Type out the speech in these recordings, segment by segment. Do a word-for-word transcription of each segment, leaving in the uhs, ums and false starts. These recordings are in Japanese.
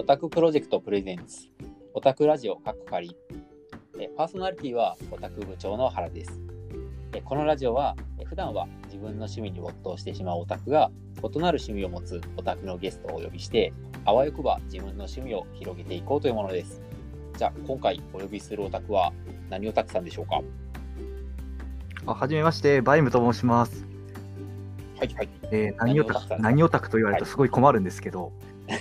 タクプロジェクトプレゼンツオタクラジオカッコカリ。パーソナリティはオタク部長の原です。このラジオは普段は自分の趣味に没頭してしまうオタクが異なる趣味を持つオタクのゲストをお呼びしてあわよくば自分の趣味を広げていこうというものです。じゃあ今回お呼びするオタクは何オタクさんでしょうか？ あ、はじめまして、バイムと申します。 はいはい。 えー、何オタク何オタクと言われるとすごい困るんですけど、はい、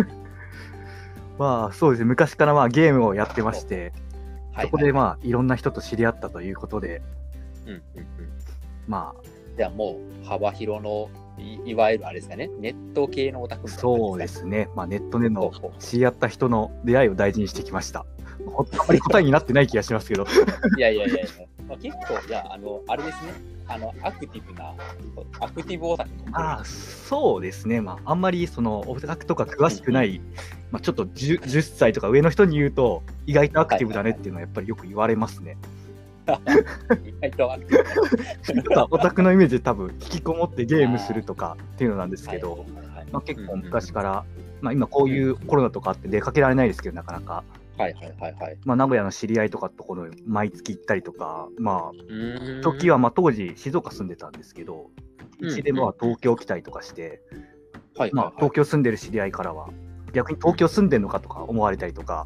まあそうですね、昔からまあゲームをやってまして、そこでまあいろんな人と知り合ったということで、 うんうんうん、 まあじゃあもう幅広の い, いわゆるあれですかね、ネット系のオタクみたいな感じですか？ そうですね、まあ、ネットでの知り合った人の出会いを大事にしてきました。あまり答えになってない気がしますけどいやいやいやいや、まあ、結構じゃあ、あのあれですね、あのアクティブなアクティブオタクの。 ああ、そうですね、まあ、あんまりそのオタクとか詳しくない、うん、まあ、ちょっと 10, じゅっさいとか上の人に言うと意外とアクティブだねっていうのはやっぱりよく言われますね。 意外とアクティブオタクのイメージで多分引きこもってゲームするとかっていうのなんですけど、まあ、結構昔から、まあ、今こういうコロナとかあって出かけられないですけどなかなか、 はいはいはいはい、 まあ、名古屋の知り合いとかところ毎月行ったりとか、まあ時はまあ当時静岡住んでたんですけど、うちでまあ東京来たりとかして、まあ東京住んでる知り合いからは逆に東京住んでんのかとか思われたりとか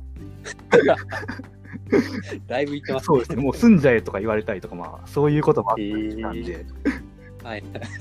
だいぶ行ってますね。 そうですね、もう住んじゃえとか言われたりとか、まあそういうこともあったりしたんで、 えー、はい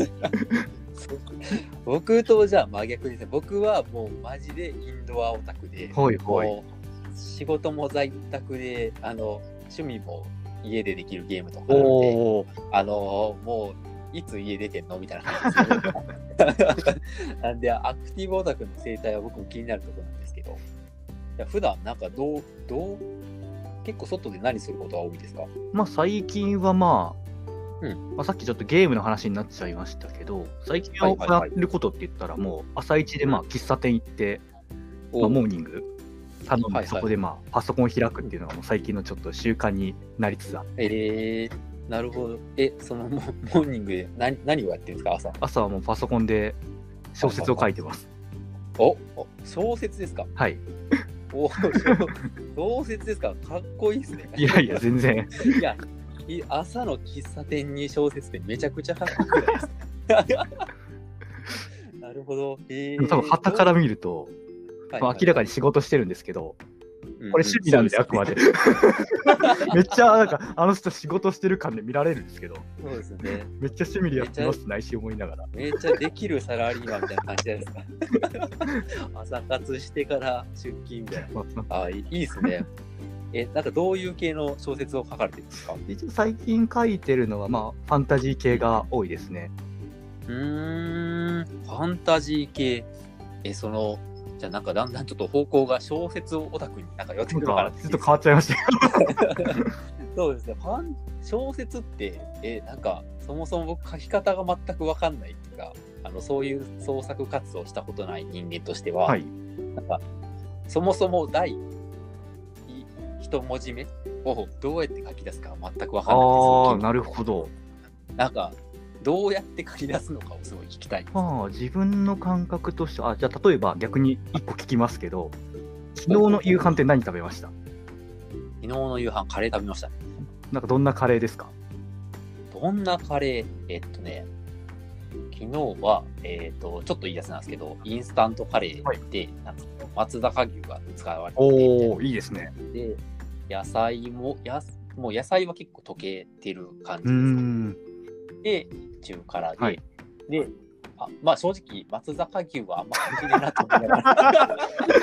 僕とじゃあ真逆ですね。僕はもうマジでインドアオタクで、 はいはい、 仕事も在宅で、あの趣味も家でできるゲームとかなんで、あのもういつ家出てんのみたいな感じですなんでアクティブオタクの生態は僕も気になるところなんですけど、いや普段なんかどうどう結構外で何することが多いですか？ まあ最近はまあ、 うんまあ、さっきちょっとゲームの話になっちゃいましたけど、最近はやってることって言ったらもう朝一でまあ喫茶店行って、まあ、モーニング頼んでそこでまあパソコンを開くっていうのがもう最近のちょっと習慣になりつつあって。 えー、なるほど。え、そのモーニングで 何, 何をやってるんですか？朝朝はもうパソコンで小説を書いてます。 おお、小説ですか？ はい。 お小説ですか？かっこいいですね。 いやいや全然いや朝の喫茶店に小説ってめちゃくちゃかっこよくないですか？なるほど。えー、 多分旗から見ると、はいはいはい、まあ、明らかに仕事してるんですけど、うん、これ趣味なんで、あくまでめっちゃなんかあの人仕事してる感で見られるんですけど、 そうですね、 めっちゃ趣味でやってます内心思いながら、 めっちゃできるサラリーマンみたいな感じじゃないですか。朝活してから出勤みたいな。あ、いいですね。え、なんかどういう系の小説を書かれてるんですか？ 一応最近書いてるのはまあファンタジー系が多いですね。 うーん、ファンタジー系。え、そのじゃあなんかだんだんちょっと方向が小説オタクになんか寄ってくるからちょっと変わっちゃいましたそうですね。ファン小説ってえなんかそもそも僕書き方が全く分かんないっていうか、あのそういう創作活動したことない人間としては、はい、なんかそもそも第一文字目をどうやって書き出すか全く分かんないです。 ああ、なるほど。 なんかどうやって書き出すのかをすごい聞きたいです。 ああ、自分の感覚としては、あ、じゃあ例えば逆に一個聞きますけど、昨日の夕飯って何食べました？ 昨日の夕飯カレー食べましたね。 なんかどんなカレーですか？ どんなカレーえっとね昨日は、えー、とちょっといいやつなんですけど、インスタントカレーで、はい、なんか松坂牛が使われてて、 おー、いいですね。 で野菜もやもう野菜は結構溶けてる感じです。 うーんで中辛で、はい、であまあ正直松坂牛はあんま関係ないなと思いながら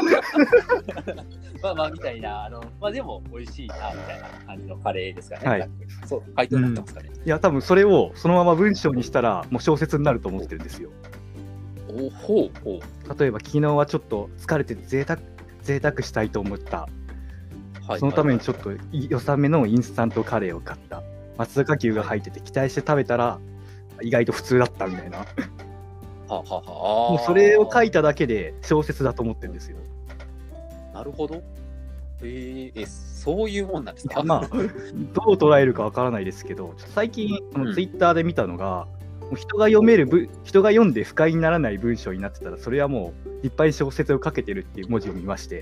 まあまあみたいな、あのまあでも美味しいなみたいな感じのカレーですかね。はい、そう回答になってますかね。 いや多分それをそのまま文章にしたらもう小説になると思ってるんですよ。 おほうほう。 例えば昨日はちょっと疲れて贅沢贅沢したいと思った、はい、そのためにちょっと良さめのインスタントカレーを買った、松坂牛が入ってて期待して食べたら意外と普通だったみたいなはははもうそれを書いただけで小説だと思ってるんですよ。 なるほど。えー、えそういうもんなんですか？ まあどう捉えるかわからないですけど、最近ツイッターで見たのが、うん、 う人が読める文、人が読んで不快にならない文章になってたら、それはもういっぱい小説を書けてるっていう文字を見まして。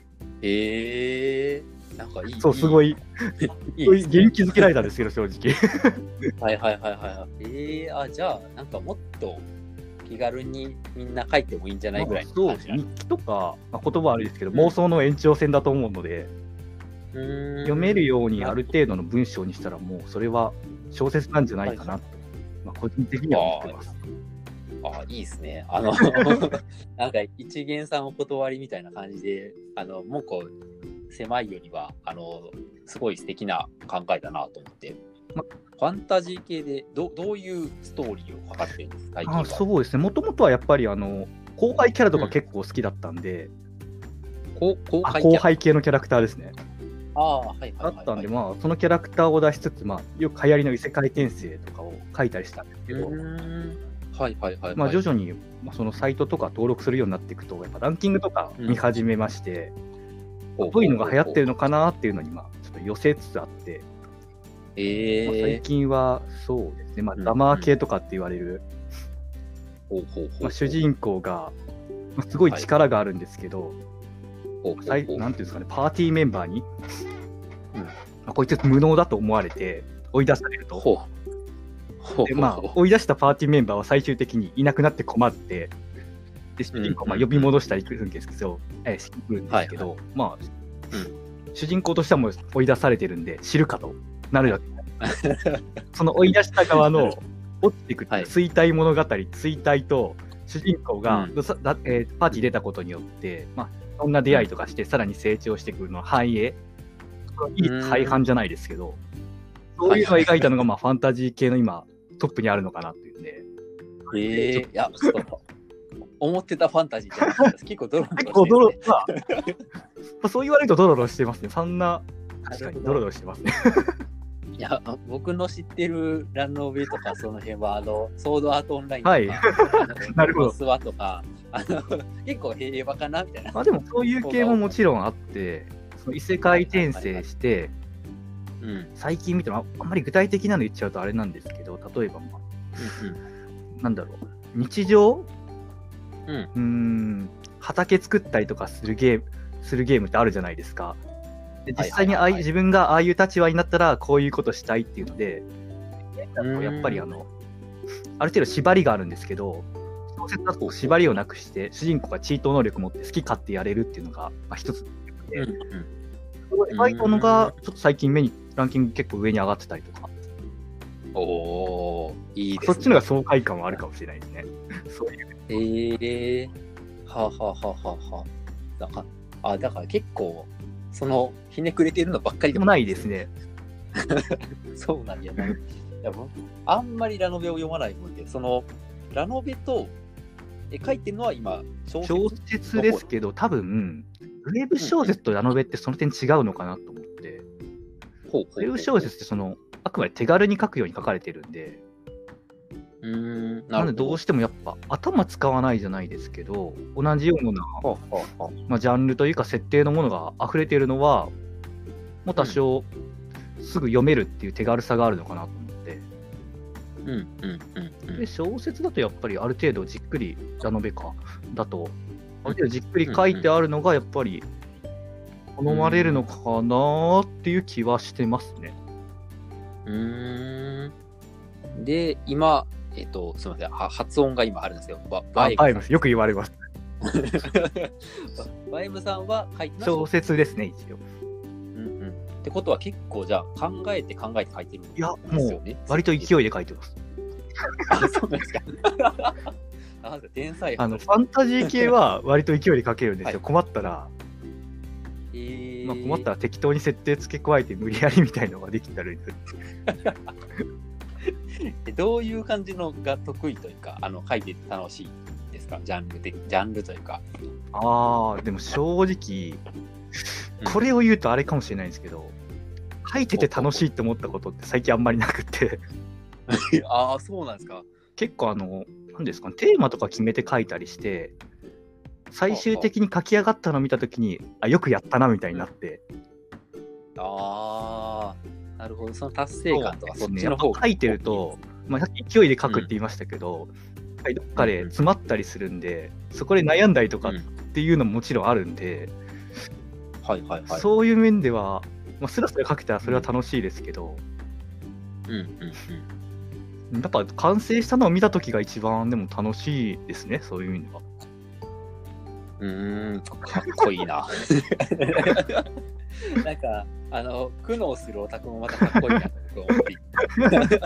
えー、なんかいい。 そう、すごい、いい元気づけられたんですけど、正直。 はいはいはいはい。えー、あ、じゃあ、なんかもっと気軽にみんな書いてもいいんじゃないぐらいの感じなんです。 そう、日記とか、まあ、言葉はあれですけど、うん、妄想の延長線だと思うので、うーん読めるようにある程度の文章にしたら、もうそれは小説なんじゃないかなと、はい、まあ、個人的には思ってます。 ああ、いいですね。あの、なんか一元さんお断りみたいな感じで、あの、もうこう、狭いよりは、あの、すごい素敵な考えだなと思って。ま、ファンタジー系でど、どういうストーリーを書かれてるんですか？あ、 そうですね。もともとはやっぱり、あの、後輩キャラとか結構好きだったんで、 うん、後輩後輩系のキャラクターですね。 ああ、はいはいはい、はい。 あったんで、まあ、そのキャラクターを出しつつ、まあ、よく流行りの異世界転生とかを書いたりしたんですけど、 うーんはいはいはい、はい。 まあ、徐々に、まあ、そのサイトとか登録するようになっていくと、やっぱランキングとか見始めまして、うん、どういうのが流行ってるのかなっていうのに、まあ、ちょっと寄せつつあって、 えーまあ、最近はそうですね、まあ、ダマー系とかって言われる、まあ、主人公が、まあ、すごい力があるんですけど、はい、なんていうんですかね、パーティーメンバーに、うんまあ、こいつ無能だと思われて追い出されると。ほうでまあ、追い出したパーティーメンバーは最終的にいなくなって困って、で主人公まあ呼び戻したり来るんですけど、えー、来るんですけど、はいはい、まあ、うん、主人公としてはもう追い出されてるんで、知るかとなるわけその追い出した側の落ちていく衰退物語、衰退と主人公が、うんえー、パーティー出たことによって、まあ、そんな出会いとかして、さらに成長してくるのは繁栄、いい廃反じゃないですけど、そういうのを描いたのが、まあ、ファンタジー系の今、トップにあるのかなっていうんで。 ええー、いや、ちょっと、思ってたファンタジーじゃなかったです。結構ドロドロしてる、ね。 結構ドロ、まあ、そう言われるとドロドロしてますね。そんな、確かにドロドロしてますね。 いや、僕の知ってるラノベとか、その辺は、あの、ソードアートオンラインとか、 はい、なるほど。 スワとか、あの、結構平和かなみたいな。 まあ、でも、そういう系ももちろんあって、その異世界転生して、うん、最近見てもあんまり具体的なの言っちゃうとあれなんですけど、例えば、まあうんうん、なんだろう、日常、うん、うーん畑作ったりとかするゲームするゲームってあるじゃないですか。で実際にああいう、自分がああいう立場になったらこういうことしたいっていうので、やっぱりあのある程度縛りがあるんですけど、小説だと縛りをなくして主人公がチート能力を持って好き勝手やれるっていうのが、まあ、一つで、うんうん描いたのがちょっと最近目にランキング結構上に上がってたりとか。 おー、いいですね。 そっちのが爽快感はあるかもしれないですね。そういう。 えー、はあ、はあはあはあはあ。なんか、あ、だから結構、その、ひねくれてるのばっかりでもないですね。 そうなんやな。いや、僕、あんまりラノベを読まないもんで、その、ラノベと、え、書いてるのは今、 小説小説ですけど、多分、ウェブ小説とラノベってその点違うのかなと思って、うんうん、ウェブ小説ってそのあくまで手軽に書くように書かれてるんで、うーんなのでどうしてもやっぱ頭使わないじゃないですけど、同じような、はあはあまあ、ジャンルというか設定のものが溢れているのは、もう多少すぐ読めるっていう手軽さがあるのかなと思って、うんうんうんうん、で小説だとやっぱりある程度じっくりラノベかだとある程度じっくり書いてあるのがやっぱり好まれるのかなっていう気はしてますね。 うーんで今、えっと、すみません、発音が今あるんですよ。ババイム、バイムよく言われます。 バイムさんは書いてます小説ですね、一応。 うんうん。ってことは結構じゃあ考えて考えて書いてるんですよね。 いや、もう割と勢いで書いてます。 あ、そうなんですか。なんか天才。 あのファンタジー系は割と勢いで書けるんですよ。はい、困ったら、えーまあ、困ったら適当に設定付け加えて無理やりみたいなのができたらいいどういう感じのが得意というか、あの書いて楽しいですか？ジャンル的、ジャンルというか。 ああ、でも正直、これを言うとあれかもしれないんですけど、うん、書いてて楽しいって思ったことって最近あんまりなくて。 ああ、そうなんですか。 結構あの、なんですかね、テーマとか決めて書いたりして、最終的に書き上がったのを見たときに、あ、よくやったなみたいになって。 ああ。なるほど、その達成感とかそっちの方が、ね、書いてるとまあ、さっき勢いで書くって言いましたけど、うん、どっかで詰まったりするんで、そこで悩んだりとかっていうのももちろんあるんで、 うん、はいはいはい、 そういう面では、まあ、スラスラ書けたらそれは楽しいですけど、 うんうんうん、やっぱ完成したのを見たときが一番でも楽しいですね、そういう意味では。 うーん、かっこいいな。なんか、あの、苦悩するオタクもまたかっこいいなと僕思っていて。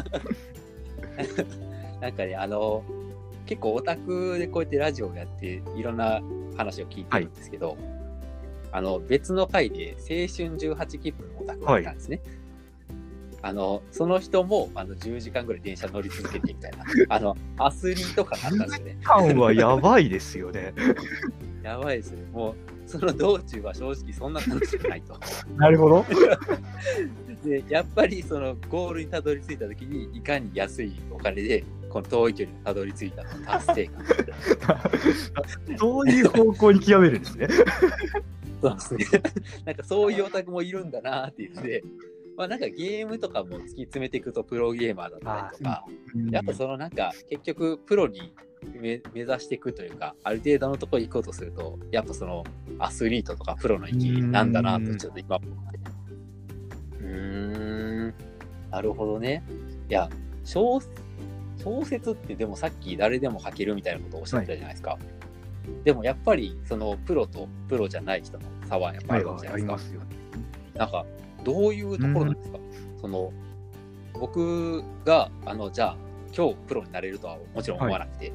なんかね、あの、結構オタクでこうやってラジオをやっていろんな話を聞いてるんですけど、はい、あの別の回で青春じゅうはち切符のオタクがいたんですね。はい、あのその人もあのじゅうじかんぐらい電車乗り続けてみたいなあのアスリート感だったんですよね。 じゅうじかんはやばいですよね。 やばいですね。もうその道中は正直そんな楽しくないと。 なるほど。 でやっぱりそのゴールにたどり着いた時にいかに安いお金でこの遠い距離にたどり着いたの達成感。そういう方向に極めるんですね。 そうですね。なんかそういうオタクもいるんだなっていうので、まあなんかゲームとかも突き詰めていくとプロゲーマーだったりとか、やっぱそのなんか結局プロに目指していくというか、ある程度のところ行こうとすると、やっぱそのアスリートとかプロの域なんだなとちょっと今思って。うーん、なるほどね。いや、小小説ってでもさっき誰でも書けるみたいなことをおっしゃってたじゃないですか。はい、でもやっぱりそのプロとプロじゃない人の差はやっぱりあるじゃないですか。はい、ありますよね。なんかどういうところなんですか。その僕があのじゃあ今日プロになれるとはもちろん思わなくて、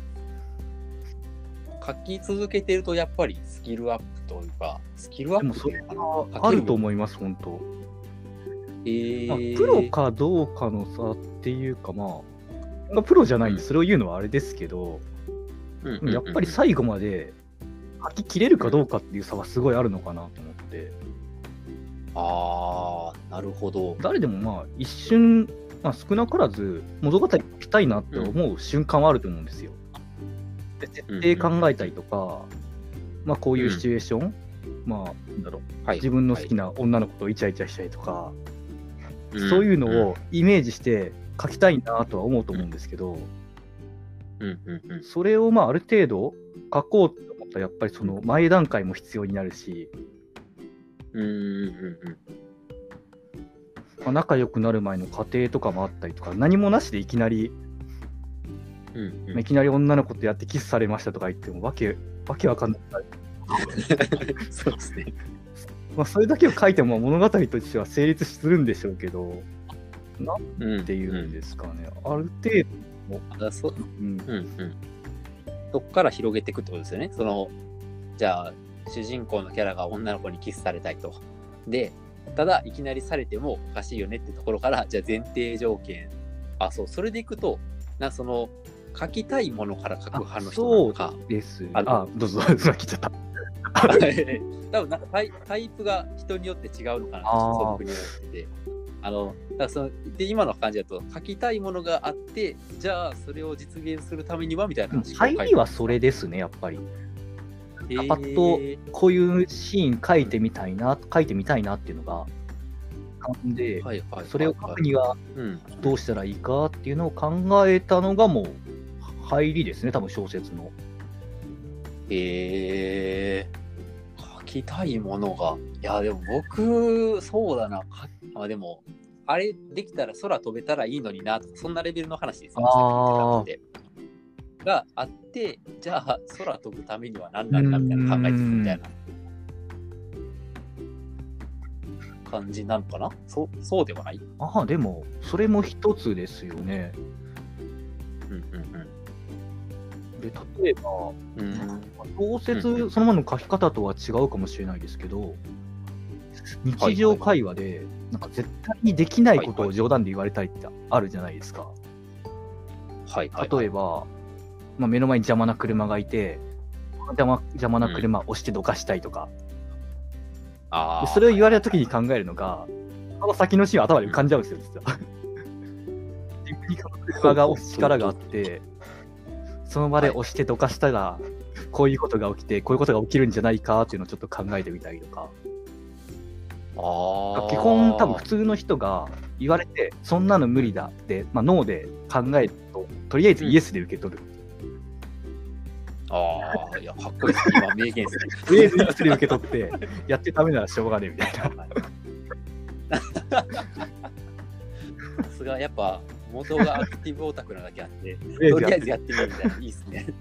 はい、書き続けてるとやっぱりスキルアップというかスキルアップというのかな。 あると思います本当。えーまあ、プロかどうかの差っていうかまあプロじゃないんでそれを言うのはあれですけど、うん、やっぱり最後まで書ききれるかどうかっていう差はすごいあるのかなと思って。 あー、なるほど。 誰でもまあ一瞬、まあ、少なからず物語書きたいなって思う瞬間はあると思うんですよ。で設定考えたりとか、まあこういうシチュエーション、うん、まあなんだろう、はい、自分の好きな女の子とイチャイチャしたりとか、はい、そういうのをイメージして書きたいなとは思うと思うんですけど、 うんうんうん、 それをまあある程度書こうと思ったらやっぱりその前段階も必要になるし、 うんうんうんまあ、仲良くなる前の過程とかもあったりとか、何もなしでいきなり、うんうんまあ、いきなり女の子とやってキスされましたとか言ってもわけわけわかんない。 そうですね。 まあそれだけを書いても物語としては成立するんでしょうけど、なんていうんですかね、うんうん、ある程度もあそ、うんうんうん、そこから広げていくってことですよね。そのじゃあ主人公のキャラが女の子にキスされたいと。で、ただいきなりされてもおかしいよねってところから、じゃあ前提条件、あ、そう、それでいくと、なその書きたいものから書く派の人なのか。 そうです。 あ、 あどうぞ、さっきちゃった。 多分なんかタイ、タイプが人によって違うのかなと僕に思ってて。あのだからそので今の感じだと書きたいものがあって、じゃあそれを実現するためにはみたいな。 入りはそれですね、やっぱり。パッとこういうシーン書いてみたいな、書いてみたいなっていうのがなんで、はいはいはいはい、それを書くにはどうしたらいいかっていうのを考えたのがもう入りですね、多分小説の。 えー、書きたいものが、いやでも僕そうだな、あでもあれできたら空飛べたらいいのにな、そんなレベルの話ですよね。あがあって、じゃあ空飛ぶためには何なんだみたいな考えていくみたいな感じなのかな。そそうではない？ ああ、でもそれも一つですよね。 うんうんうん。 で例えば、うん、小説そのものの書き方とは違うかもしれないですけど、日常会話でなんか絶対にできないことを冗談で言われたりってあるじゃないですか。 はいはいはい、 例えば、まあ、目の前に邪魔な車がいて、邪魔、邪魔な車を押してどかしたいとか、うん、あでそれを言われたときに考えるのが、その先のシーン頭で浮かんじゃうんですよ、実は。自分に車が押す力があって、その場で押してどかしたら、こういうことが起きて、こういうことが起きるんじゃないかっていうのをちょっと考えてみたりとか。あ基本、多分普通の人が言われて、そんなの無理だって、まあ、脳で考えると、とりあえずイエスで受け取る。 うん、ああ、いや、かっこいいですね。今、名言ですね。 とりあえずイエスで受け取って、やってダメならしょうがねえみたいな。 さすが、やっぱ、元がアクティブオタクなだけあって、とりあえずやってみるみたいな、いいですね。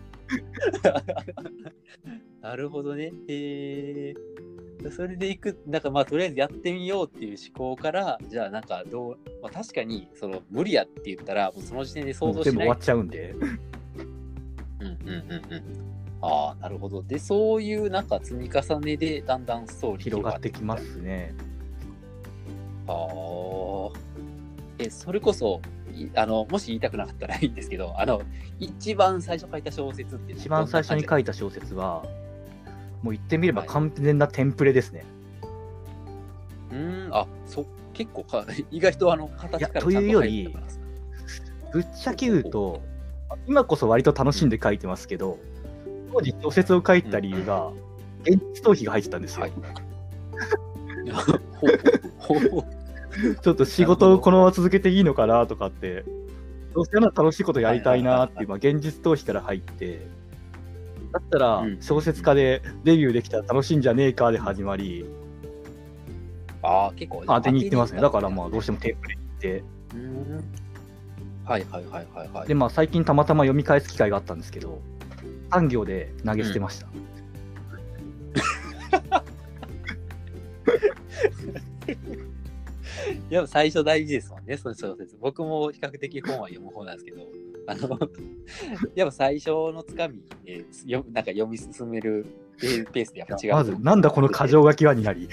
なるほどね。へえ。それでいく、なんかまあとりあえずやってみようっていう思考から、じゃあなんかどう、まあ、確かにその無理やって言ったら、もうその時点で想像しない。 全部終わっちゃうんで。 うんうんうんうん。ああ、なるほど。で、そういうなんか積み重ねでだんだんストーリー広がってきますね。 ああ。え、それこそ、あのもし言いたくなかったらいいんですけど、あの一番最初書いた小説って一番最初に書いた小説は、もう言ってみれば完全なテンプレですね。 はい、うん、あ、そ結構か意外とあの形からちゃんとというより、ぶっちゃけ言うと、今こそ割と楽しんで書いてますけど、当時小説を書いた理由が、現実逃避が入ってたんですよ。はい、ほうほうほうちょっと仕事をこのまま続けていいのかなとかって、どうせなら楽しいことやりたいなっていう、まあ現実逃避から入って、だったら小説家でデビューできたら楽しいんじゃねえかで始まり、 ああ、結構当てに行ってますね。だからまあどうしてもテンプレ行って。 うん、はいはいはいはいはい。 でまあ最近たまたま読み返す機会があったんですけど、さん行で投げ捨てました。うんいや最初大事ですもんね、その小説。僕も比較的本は読む方なんですけど、あのやっぱ最初のつかみでよなんか読み進めるペースでやっぱ違う。 まずなんだこの箇条書きはになり。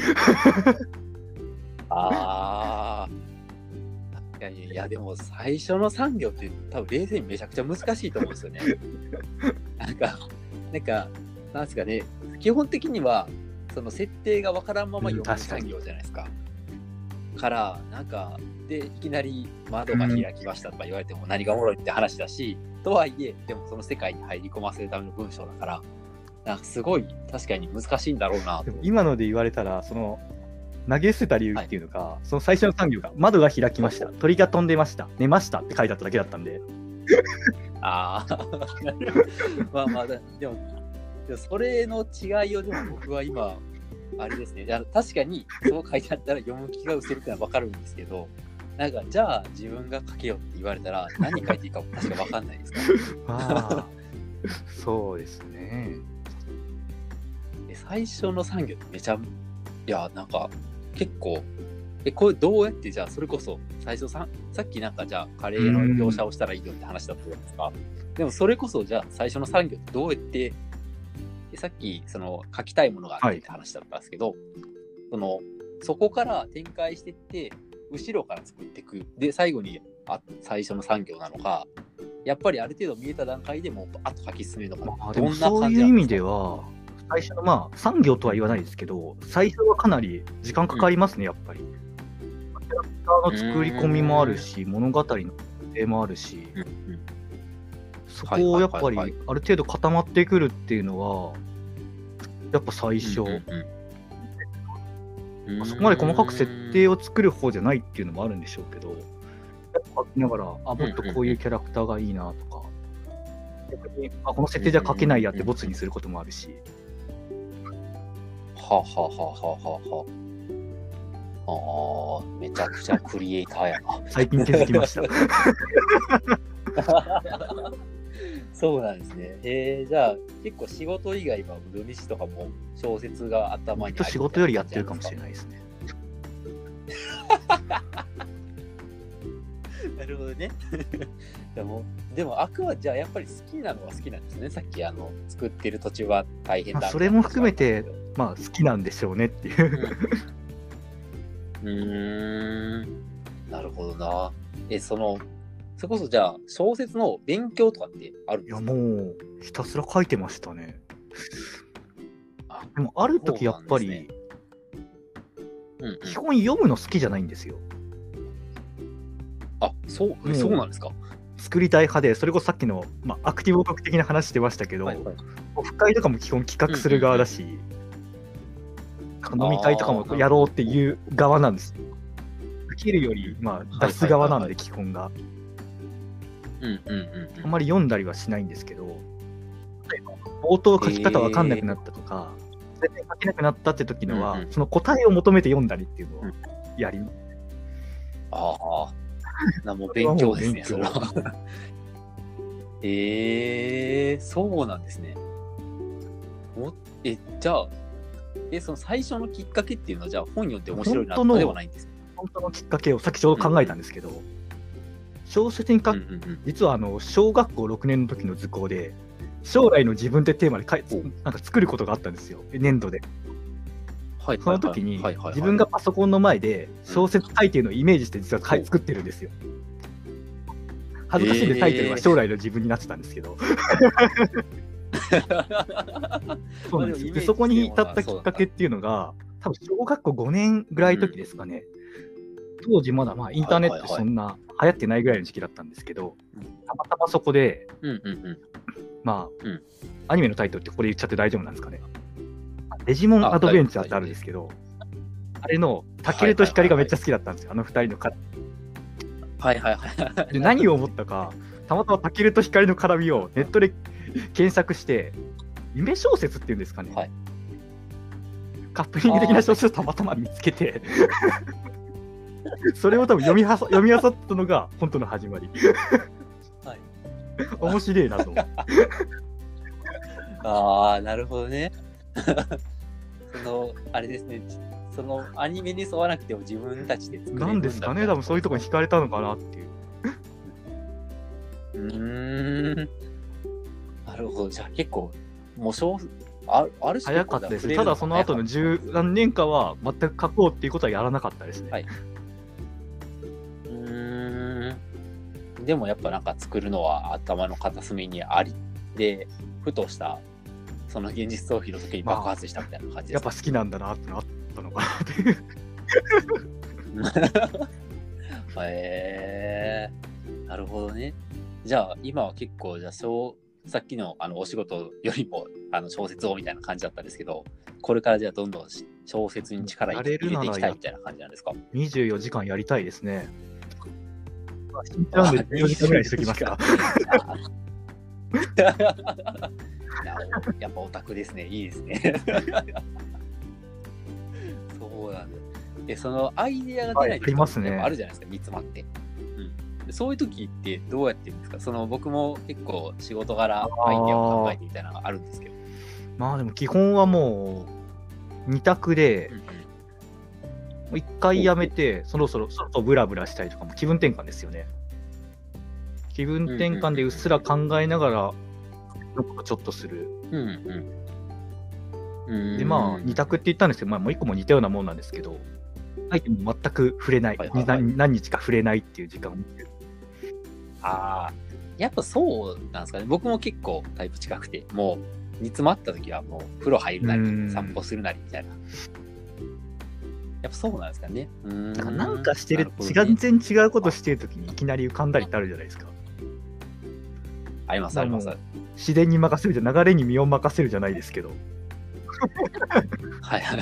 ああ。いやいやでも最初のさん行って多分冷静にめちゃくちゃ難しいと思うんですよね。なんかなんかなんですかね、基本的にはその設定がわからんまま読むさん行じゃないですか。からなんかでいきなり窓が開きましたとか言われても何がおもろいって話だし、とはいえでもその世界に入り込ませるための文章だから、なんかすごい確かに難しいんだろうなと。 今ので言われたら、その投げ捨てた理由っていうのが、はい、その最初のさん行が窓が開きました、鳥が飛んでました、寝ましたって書いてあっただけだったんで。 ああまあまあでもでもそれの違いをでも僕は今あれですね、確かにそう書いてあったら読む気が失せるってのは分かるんですけど、なんかじゃあ自分が書けよって言われたら何書いていいかも確か分かんないですからあそうですね。 最初のさん行ってめちゃ、いやなんか結構えこれどうやってじゃあそれこそ最初 さ, さっきなんかじゃあカレーの描写をしたらいいよって話だったじゃないですか。でもそれこそじゃあ最初のさん行ってどうやってさっきその書きたいものがあってって話だったんですけど、はい、そのそこから展開していって後ろから作っていくで最後にあ最初のさん行なのか、やっぱりある程度見えた段階でもうあと書き進めるのか、 まあ、どんな感じなんですか？そういう意味では最初のまあさん行とは言わないですけど、最初はかなり時間かかりますね、うん、やっぱり。キャラクターの作り込みもあるし、物語の設定もあるし、うんうん、そこをやっぱりある程度固まってくるっていうのはやっぱ最初、うんうんうん、そこまで細かく設定を作る方じゃないっていうのもあるんでしょうけど、やっぱ書きながらあもっとこういうキャラクターがいいなとか、逆にあこの設定じゃ書けないやってボツにすることもあるし、 はあ、はあはあはあはあ、あめちゃくちゃクリエイターやな。 最近気づきました。 そうなんですね。えー、じゃあ結構仕事以外は土日とかも小説が頭に入って仕事よりやってるかもしれないですね。 なるほどね。でもでもアクはじゃあやっぱり好きなのは好きなんですね。さっきあの作ってる途中は大変だ、 まあ、それも含めてまあ好きなんでしょうねっていう。 うーん、なるほどな。えそのそれこそじゃあ小説の勉強とかってあるんですか？ いやもうひたすら書いてましたね。あでもある時やっぱり、ねうんうん、基本読むの好きじゃないんですよ。 あそう、そうなんですか。 作りたい派で、それこそさっきの、まあ、アクティブオタク的な話してましたけど、はいはい、オフ会とかも基本企画する側だし、うんうんうん、飲み会とかもやろうっていう側なんですよ。基けるより、まあ、出す側なんで、基本が。 うんうんうんうん。 あんまり読んだりはしないんですけど、例えば冒頭書き方わかんなくなったとか、全然書けなくなったって時のは、 うんうんその答えを求めて読んだりっていうのをやります。 ああ、なもう勉強ですね、それそれはもうは。えー、そうなんですね。おえ、じゃあ、え、その最初のきっかけっていうのは、じゃあ本読んで面白いなとかではないんですか？ 本当のきっかけをさっきちょうど考えたんですけど、小説に書く、 うんうんうん実はあの小学校ろくねんの時の図工で、将来の自分ってテーマでかいなんか作ることがあったんですよ、粘土で。 はいその時にはいはいはい自分がパソコンの前で小説書いてるのをイメージして実は書い作ってるんですよ。恥ずかしいんでタイトルは将来の自分になってたんですけど、そうなんですよ。でそこに至ったきっかけっていうのが、多分小学校ごねんぐらいの時ですかね。当時まだまあインターネットそんな流行ってないぐらいの時期だったんですけど、たまたまそこで、 うんうんうん、 まあ、 うん、 アニメのタイトルってこれ言っちゃって大丈夫なんですかね。デジモンアドベンチャーってあるんですけど、あれのタケルとヒカリがめっちゃ好きだったんですよ、あのふたりのか。 はいはいはい。 で何を思ったか、たまたまタケルとヒカリの絡みをネットで検索して、夢小説っていうんですかね、 はい、 カップリング的な小説をたまたま見つけて、それを多分読みは読み漁ったのが本当の始まり。 はい、 面白いなと。 ああ、なるほどね。そのあれですね、そのアニメに沿わなくても自分たちで作れるんだ。 なんですかね、多分そういうところに惹かれたのかなっていう。 うーん、なるほど。じゃあ結構もう小あある種早かったですね。ただその後の十何年間は全く書こうっていうことはやらなかったですね。 はい、うーん、でもやっぱなんか作るのは頭の片隅にありで、ふとしたその現実逃避の時に爆発したみたいな感じです、 まあ、やっぱ好きなんだなってのあったのかなっていう。 へえー、なるほどね。じゃあ今は結構じゃあそうさっきのあのお仕事よりもあの小説をみたいな感じだったんですけど、これからじゃあどんどん小説に力入れていきたいみたいな感じなんですか？ にじゅうよじかんやりたいですね。まあ、新ちゃんでじゅうよじかんぐらいにしときますか。 やっぱオタクですね。いいですね。そうなんだ。で、そのアイデアが出ない時もあるじゃないですか、煮詰まって、うん。そういう時ってどうやってるんですか？その僕も結構仕事柄アイデアを考えてみたいなのがあるんですけど。 まあでも基本はもうに択で、うん、一回やめてそろそろ外ブラブラしたりとかも気分転換ですよね。気分転換でうっすら考えながらちょっとする。 うんうんうん、 でまあに択って言ったんですけど、まあ、もういっこも似たようなもんなんですけど、相手も全く触れない、はいはいはい、何, 何日か触れないっていう時間を見てる。 ああ、やっぱそうなんですかね。僕も結構タイプ近くて、もう煮詰まった時はもう風呂入るなり散歩するなりみたいな。やっぱそうなんですかね。うーん、 だからなんかしてる、ね、全然違うことしてる時にいきなり浮かんだりってあるじゃないですか。 ありますあります。 自然に任せるじゃ、流れに身を任せるじゃないですけど。 はいはい。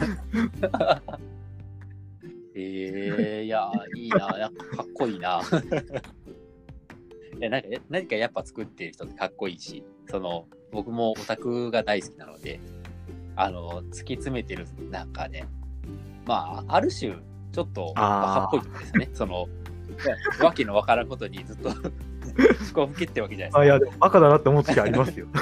えー、いやいいな、やっぱかっこいいな。いやなんか何かやっぱ作ってる人ってかっこいいし、その僕もオタクが大好きなので、あの突き詰めてるなんかね、まあある種ちょっとバカっぽいところですよね。そのわけのわからんことにずっと思考向けってわけじゃないですか。 あ、いやでもバカだなって思う時ありますよ。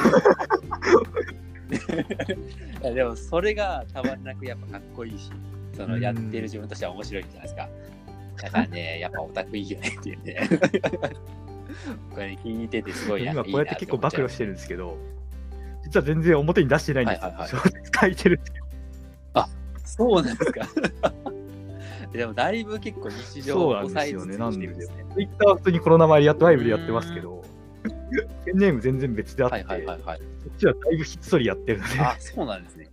でもそれがたまんなくやっぱかっこいいし、そのやってる自分としては面白いじゃないですか。だからね、やっぱオタクいいよねっていうね。これ聞いててすごいな。 今こうやって結構暴露してるんですけど、実は全然表に出してないんですよ。はいはいはい、小説書いてるっていう。 あ、そうなんですか。でもだいぶ結構日常を抑えつつしてるんですね。 ツイッターは普通にコロナ前やってライブでやってますけど、ペンネーム全然別であって、はいはいはいはい、こっちはだいぶひっそりやってるので。 あ、そうなんですね。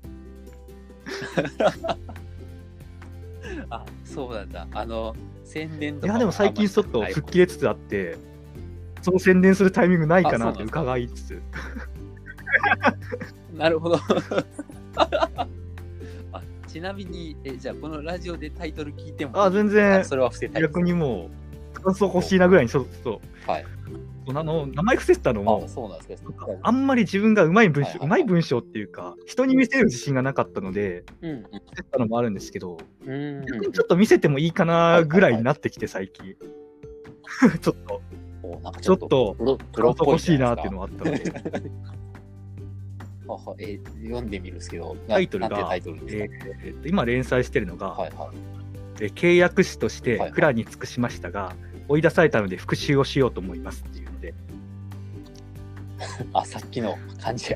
あ、そうなんだ。あの宣伝とか。 いやでも最近ちょっと吹っ切れつつあって、その宣伝するタイミングないかなって伺いつつ。 なるほど。あ、 ちなみに、え、じゃあこのラジオでタイトル聞いてもいい？ あ、全然、 それは伏せたいです。 逆にもう、感想欲しいなぐらいにちょっと、 はい。 あの名前伏せてたのも、 あ、そうなんですか。 あんまり自分がうまい文章、 はいはいはい、 うまい文章っていうか、人に見せる自信がなかったので、 うんうん、 伏せたのもあるんですけど、 うんうん、 逆にちょっと見せてもいいかなぐらいになってきて、最近。ちょっと、 おなんかちょっと、 プロっぽい欲しいなっていうのがあったので。 ははえ読んでみるんですけど、 タイトルが、 タイトルですか？ えー、今連載してるのが、 はいはい、 え契約士としてフラに尽くしましたが、はいはい、追い出されたので復讐をしようと思いますっていうので。 あ、さっきの感じや。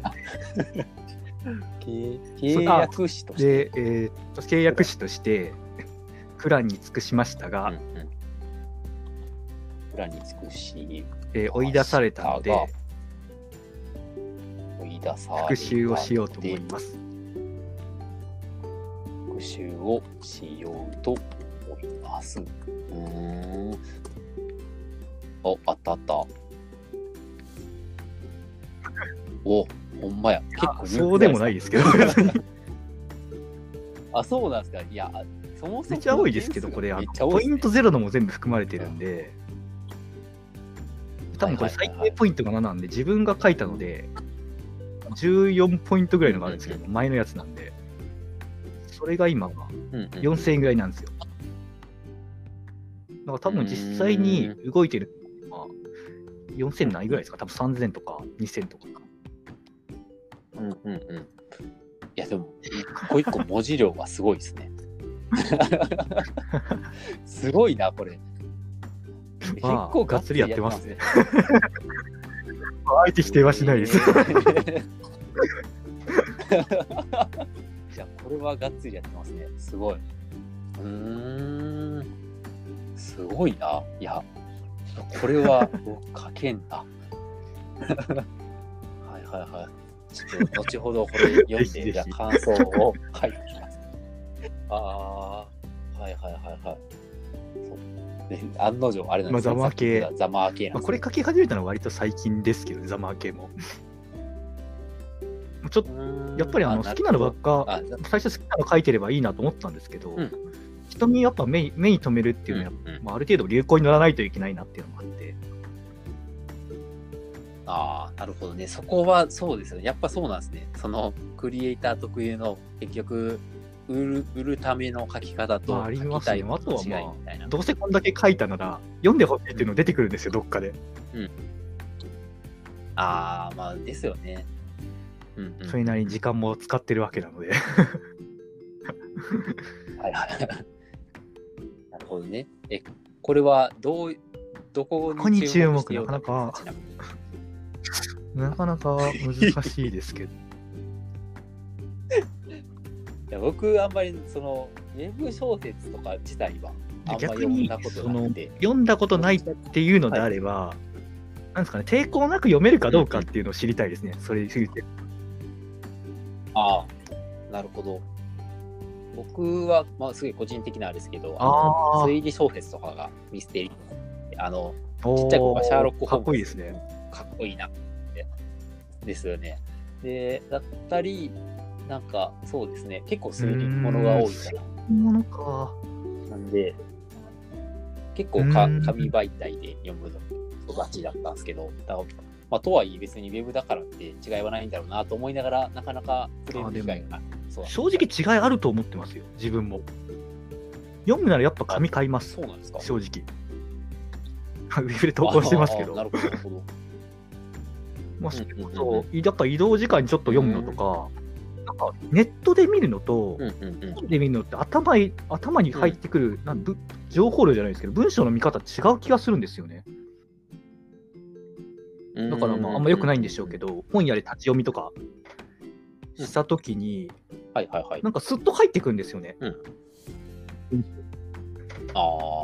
契約士として。 で、えー、契約士としてフラに尽くしましたが、うんうん、 フラに尽くし、 えー、追い出されたので、 追い出された復讐をしようと思います。 復讐をしようと思います。うーん。お、あったあった。お、ほんまや。結構そうでもないですけど。 あ、そうなんですか。いや、そもそもめっちゃ多いですけど、これ、ね、ポイントゼロのも全部含まれてるんで、多分これ最低ポイントがなななんで、自分が書いたので、じゅうよんポイントぐらいのがあるんですけど、うんうん、前のやつなんで、それが今はよんせんえんぐらいなんですよ。だから多分実際に動いてるのはよんせんないぐらいですか、多分さんぜんとかにせんとかか。 うんうんうん。いやでも、一個一個文字量がすごいですね。すごいな、これ。 結構がっつりやってますね。あえて否定はしないです。いや、これはがっつりやってますね。すごい。うーん。すごいな。いや、これは書けんな。はいはいはい。ちょっと後ほどこれ読んで、じゃあ感想を書いてきます。ああ、はいはいはいはい。そうで案の定、あれなんですよ、まあ、ザマー系。 ザマー系なんです、 まあ、これ書き始めたのは割と最近ですけど、ザマー系も。ちょっとやっぱりあの好きなのばっか、最初好きなの書いてればいいなと思ったんですけど、うん、人にやっぱ目目に留めるっていうのは、うんうん、まあ、ある程度流行に乗らないといけないなっていうのがあって。 ああ、なるほどね。そこはそうですよね。やっぱそうなんですね。そのクリエイター特有の結局売る売るための書き方と書きたいのの違いみたいな、まあまあ、どうせこんだけ書いたなら読んでほしいっていうの出てくるんですよ、どっかで。 うん。ああ、まあですよね。 うんうん、それなりに時間も使ってるわけなので。 はいはい。なるほどね。え、これはどうどこに注目してようなかなかなかなか難しいですけど。 いや僕あんまりそのウェブ小説とか自体はあんま読んだことなくて、 読んだことないっていうのであれば、はい、なんですかね、抵抗なく読めるかどうかっていうのを知りたいですね。うんうん、それについて。 ああ、なるほど。僕は、まあ、すごい個人的なあれですけど、あの推理小説とかがミステリー、あのちっちゃい子がシャーロック・ホームズ、 かっこいいですね。 かっこいいなってですよね。で、だったり、なんかそうですね、結構推理ものが多いから。 ものか。 なんで、結構か紙媒体で読むの育ちだったんですけど、だまあ、とはいえ別にウェブだからって違いはないんだろうなと思いながら、なかなか触れる機会がない。 正直違いあると思ってますよ、自分も。読むならやっぱ紙買います。 そうなんですか。 正直。ウェブで投稿してますけど。 なるほど、なるほど。 まあ、それこそ、やっぱ移動時間にちょっと読むのとか、なんかネットで見るのと、本で見るのって頭に、頭に入ってくる、なんぶ情報量じゃないですけど、文章の見方違う気がするんですよね。だからまああんま良くないんでしょうけど、本屋で立ち読みとかしたときに、 はいはいはい、 なんかスッと入ってくるんですよね。うん、 あ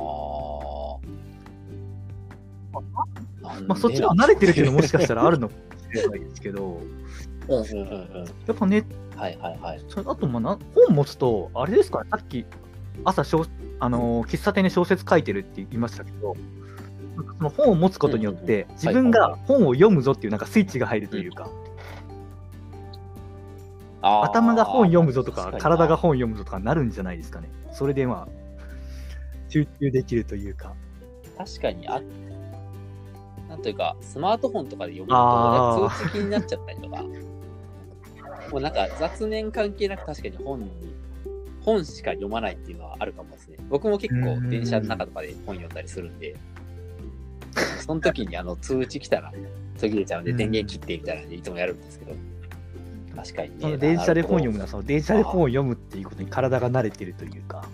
あ、まあそっちは慣れてるっていうのもしかしたらあるのかもしれないですけど、 うんうんうんうん、 やっぱね、 はいはいはい、 それあとまあな本持つとあれですかね、さっき朝小あのー、喫茶店で小説書いてるって言いましたけど。その本を持つことによって、うんうんうん、自分が本を読むぞっていうなんかスイッチが入るというか、 頭が本読むぞとか、 確かに体が本読むぞとかなるんじゃないですかね。それでまあ、集中できるというか。 確かに、あ、なんというか、スマートフォンとかで読むあーと、通知気になっちゃったりとか、もうなんか雑念関係なく確かに本に、本しか読まないっていうのはあるかもですね。僕も結構電車の中とかで本読んだりするんで、その時にあの通知来たら途切れちゃうんで電源切ってみたいなのでいつもやるんですけど、確かにね。 その電車で本読むのなは、その電車で本を読むっていうことに体が慣れてるというか。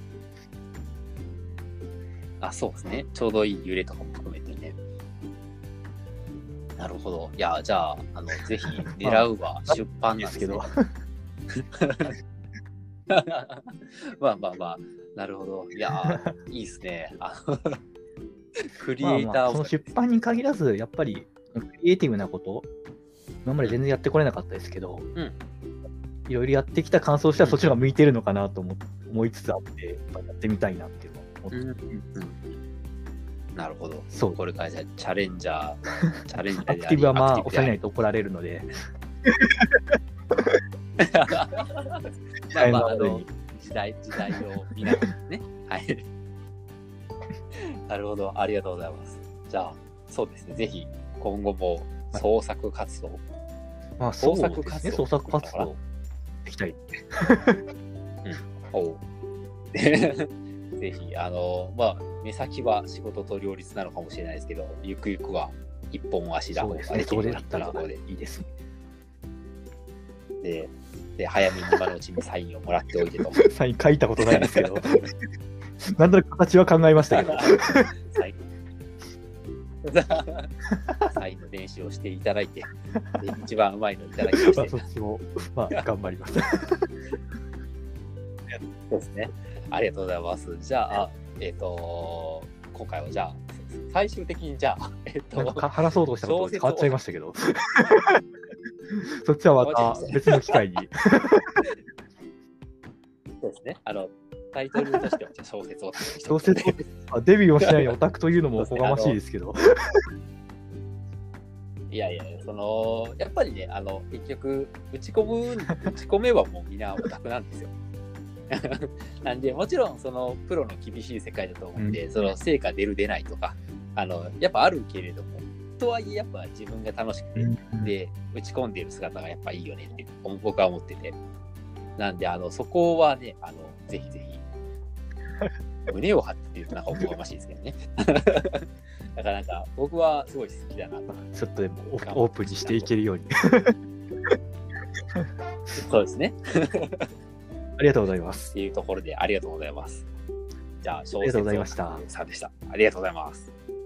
あ、そうですね。ちょうどいい揺れとかも含めてね。なるほど。いや、じゃあ、あのぜひ狙うは出版なんですけど。まあまあまあ、なるほど。いや、いいですね。あのクリエイターを、 まあまあ、その出版に限らず、やっぱりクリエイティブなこと、今まで全然やってこれなかったですけど、 うん、 いろいろやってきた感想としては、そっちの方が向いてるのかなと思思いつつあって、やっぱやってみたいなっていうのを思って、 うんうんうん、なるほど。 そう。 これからじゃあチャレンジャー、チャレンジャーアクティブはまあ、押さえないと怒られるので、 まあまあ、あの時代、時代を見ながらね。はい。なるほど、ありがとうございます。じゃあ、そうですね、ぜひ今後も創作活動、 まあ、創作活動、創作活動できたい。 うん、おうぜひ、あの、まあ、目先は仕事と両立なのかもしれないですけど、ゆくゆくは一本足打法ができるようになったら、 いいですね。 で、で早めに今のうちにサインをもらっておいてと。 サイン書いたことないですけど、なんとなく形は考えましたけど。 サインサインの練習をしていただいて、で一番うまいのいただきまして。 まあ、そっちも、まあ、頑張ります。 そうですね。ありがとうございます。じゃあ、えっ、ー、と、今回はじゃあ、最終的にじゃあ、えっ、ー、と、 なんか話そうとしたこと変わっちゃいましたけど、そっちはまた別の機会に。 そうですね。あの、タイトルとしては小説を。 小説を、デビューをしないオタクというのもおこがましいですけど。 いやいや、その、やっぱりね、あの、結局、打ち込む、打ち込めばもうみんなオタクなんですよ。なんで、もちろん、その、プロの厳しい世界だと思うんで、うん、その、成果出る出ないとか、あの、やっぱあるけれども、とはいえ、やっぱ自分が楽しくて、うん、で、打ち込んでいる姿がやっぱいいよねって、僕は思ってて。なんで、あの、そこはね、あの、ぜひぜひ、胸を張って言うとなんかおこがましいですけどね。だからなんか、僕はすごい好きだなと。 ちょっとでもオープンにしていけるように。 そうですね。 ありがとうございます。 っていうところでありがとうございます。じゃあ、小説ありがとうございました。 さんでした。ありがとうございます。